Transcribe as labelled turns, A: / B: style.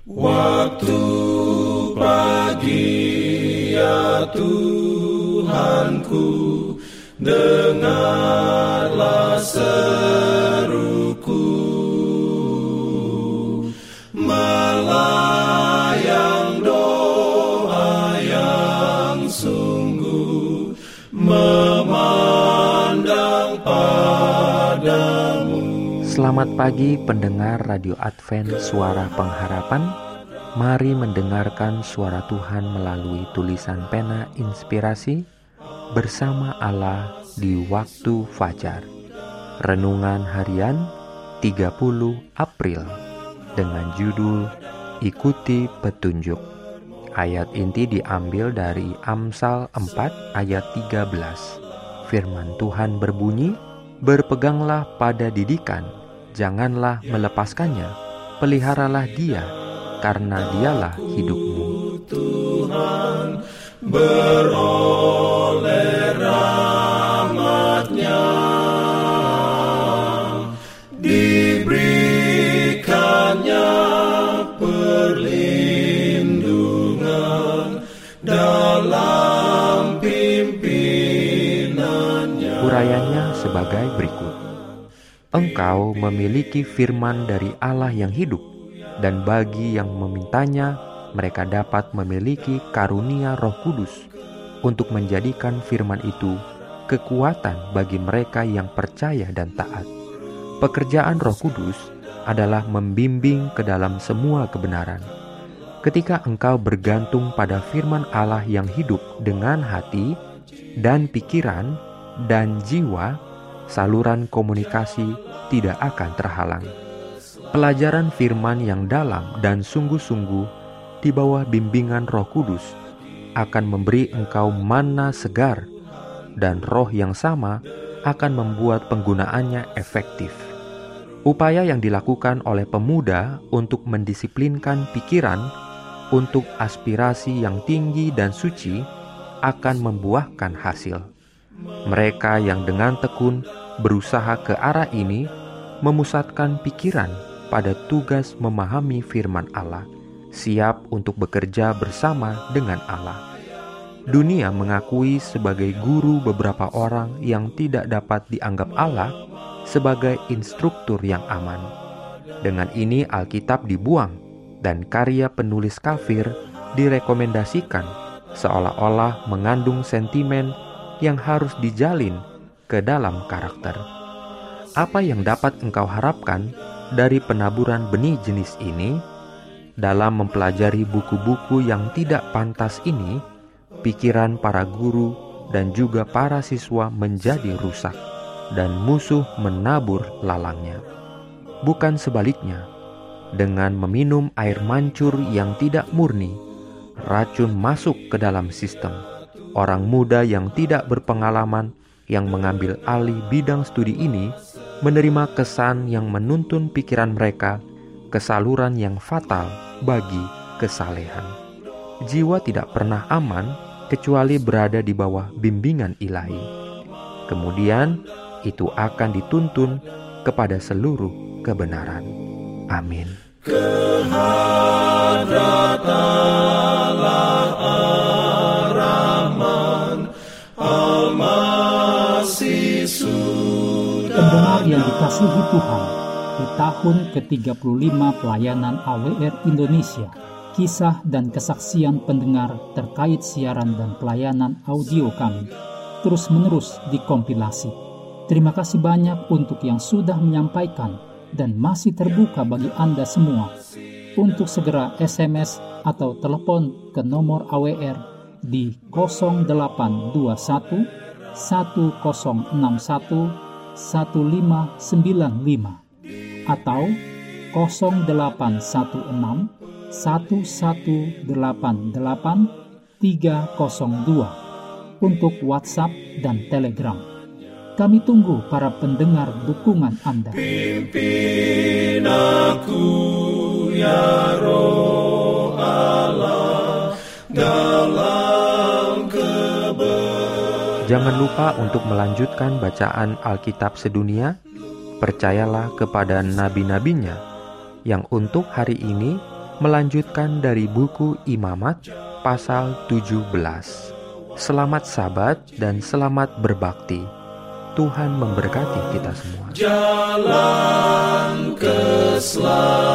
A: Waktu pagi ya Tuhanku, dengarlah seruku, melayang doa yang sungguh, memandang padamu.
B: Selamat pagi pendengar Radio Advent Suara Pengharapan. Mari mendengarkan suara Tuhan melalui tulisan pena inspirasi bersama Allah di waktu fajar. Renungan harian 30 April dengan judul Ikuti Petunjuk. Ayat inti diambil dari Amsal 4 ayat 13. Firman Tuhan berbunyi, "Berpeganglah pada didikan, janganlah melepaskannya, peliharalah dia, karena dialah hidupmu."
A: Tuhan beroleh rahmat-Nya, diberikannya perlindungan dalam pimpinannya.
B: Urayanya sebagai berikut. Engkau memiliki firman dari Allah yang hidup, dan bagi yang memintanya, mereka dapat memiliki karunia Roh Kudus untuk menjadikan firman itu kekuatan bagi mereka yang percaya dan taat. Pekerjaan Roh Kudus adalah membimbing ke dalam semua kebenaran. Ketika engkau bergantung pada firman Allah yang hidup dengan hati dan pikiran dan jiwa, saluran komunikasi tidak akan terhalang. Pelajaran firman yang dalam dan sungguh-sungguh di bawah bimbingan Roh Kudus akan memberi engkau mana segar, dan roh yang sama akan membuat penggunaannya efektif. Upaya yang dilakukan oleh pemuda untuk mendisiplinkan pikiran untuk aspirasi yang tinggi dan suci akan membuahkan hasil. Mereka yang dengan tekun berusaha ke arah ini memusatkan pikiran pada tugas memahami firman Allah, siap untuk bekerja bersama dengan Allah. Dunia mengakui sebagai guru beberapa orang yang tidak dapat dianggap Allah sebagai instruktur yang aman. Dengan ini Alkitab dibuang dan karya penulis kafir direkomendasikan seolah-olah mengandung sentimen yang harus dijalin ke dalam karakter. Apa yang dapat engkau harapkan dari penaburan benih jenis ini? Dalam mempelajari buku-buku yang tidak pantas ini, pikiran para guru dan juga para siswa menjadi rusak, dan musuh menabur lalangnya. Bukan sebaliknya, dengan meminum air mancur yang tidak murni, racun masuk ke dalam sistem. Orang muda yang tidak berpengalaman yang mengambil alih bidang studi ini menerima kesan yang menuntun pikiran mereka ke saluran yang fatal bagi kesalehan. Jiwa tidak pernah aman kecuali berada di bawah bimbingan ilahi. Kemudian itu akan dituntun kepada seluruh kebenaran. Amin.
C: Pendengar yang dikasihi Tuhan, di tahun ke-35 pelayanan AWR Indonesia, kisah dan kesaksian pendengar terkait siaran dan pelayanan audio kami terus-menerus dikompilasi. Terima kasih banyak untuk yang sudah menyampaikan dan masih terbuka bagi Anda semua untuk segera SMS atau telepon ke nomor AWR di 0821 1061 1595 atau 0816 1188 302 untuk WhatsApp dan Telegram. Kami tunggu para pendengar dukungan Anda.
A: Pimpin aku ya Roh Allah dalam kebenaran.
B: Jangan lupa untuk melanjutkan bacaan Alkitab sedunia. Percayalah kepada nabi-nabinya yang untuk hari ini melanjutkan dari buku Imamat pasal 17. Selamat Sabat dan selamat berbakti. Tuhan memberkati kita semua.
A: Jalan keselamatan.